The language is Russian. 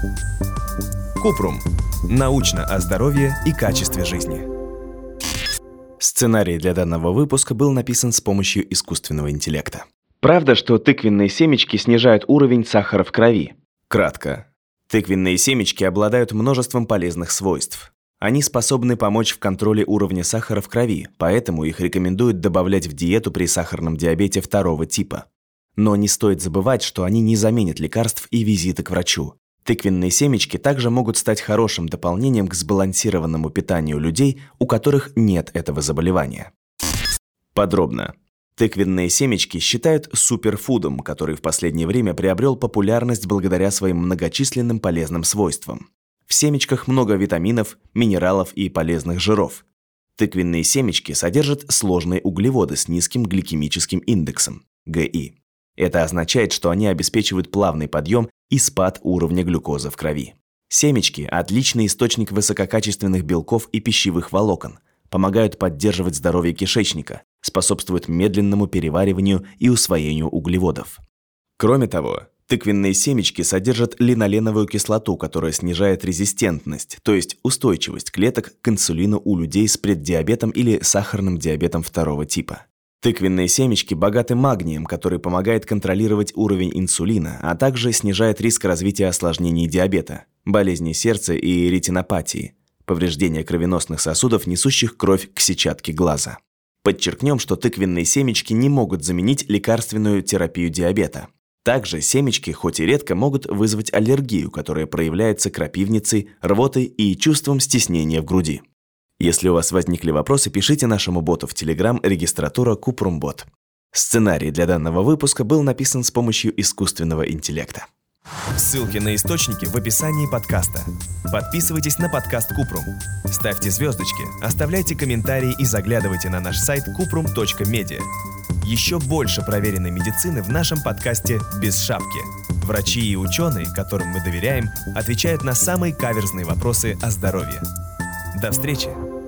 Купрум. Научно о здоровье и качестве жизни. Сценарий для данного выпуска был написан с помощью искусственного интеллекта. Правда, что тыквенные семечки снижают уровень сахара в крови? Кратко. Тыквенные семечки обладают множеством полезных свойств. Они способны помочь в контроле уровня сахара в крови, поэтому их рекомендуют добавлять в диету при сахарном диабете 2 типа. Но не стоит забывать, что они не заменят лекарств и визиты к врачу. Тыквенные семечки также могут стать хорошим дополнением к сбалансированному питанию людей, у которых нет этого заболевания. Подробно. Тыквенные семечки считают суперфудом, который в последнее время приобрел популярность благодаря своим многочисленным полезным свойствам. В семечках много витаминов, минералов и полезных жиров. Тыквенные семечки содержат сложные углеводы с низким гликемическим индексом – ГИ. Это означает, что они обеспечивают плавный подъем и спад уровня глюкозы в крови. Семечки – отличный источник высококачественных белков и пищевых волокон, помогают поддерживать здоровье кишечника, способствуют медленному перевариванию и усвоению углеводов. Кроме того, тыквенные семечки содержат линоленовую кислоту, которая снижает резистентность, то есть устойчивость клеток к инсулину у людей с преддиабетом или сахарным диабетом 2 типа. Тыквенные семечки богаты магнием, который помогает контролировать уровень инсулина, а также снижает риск развития осложнений диабета, болезней сердца и ретинопатии, повреждения кровеносных сосудов, несущих кровь к сетчатке глаза. Подчеркнем, что тыквенные семечки не могут заменить лекарственную терапию диабета. Также семечки, хоть и редко, могут вызвать аллергию, которая проявляется крапивницей, рвотой и чувством стеснения в груди. Если у вас возникли вопросы, пишите нашему боту в Telegram регистратура Купрумбот. Сценарий для данного выпуска был написан с помощью искусственного интеллекта. Ссылки на источники в описании подкаста. Подписывайтесь на подкаст Купрум. Ставьте звездочки, оставляйте комментарии и заглядывайте на наш сайт kuprum.media. Еще больше проверенной медицины в нашем подкасте «Без шапки». Врачи и ученые, которым мы доверяем, отвечают на самые каверзные вопросы о здоровье. До встречи!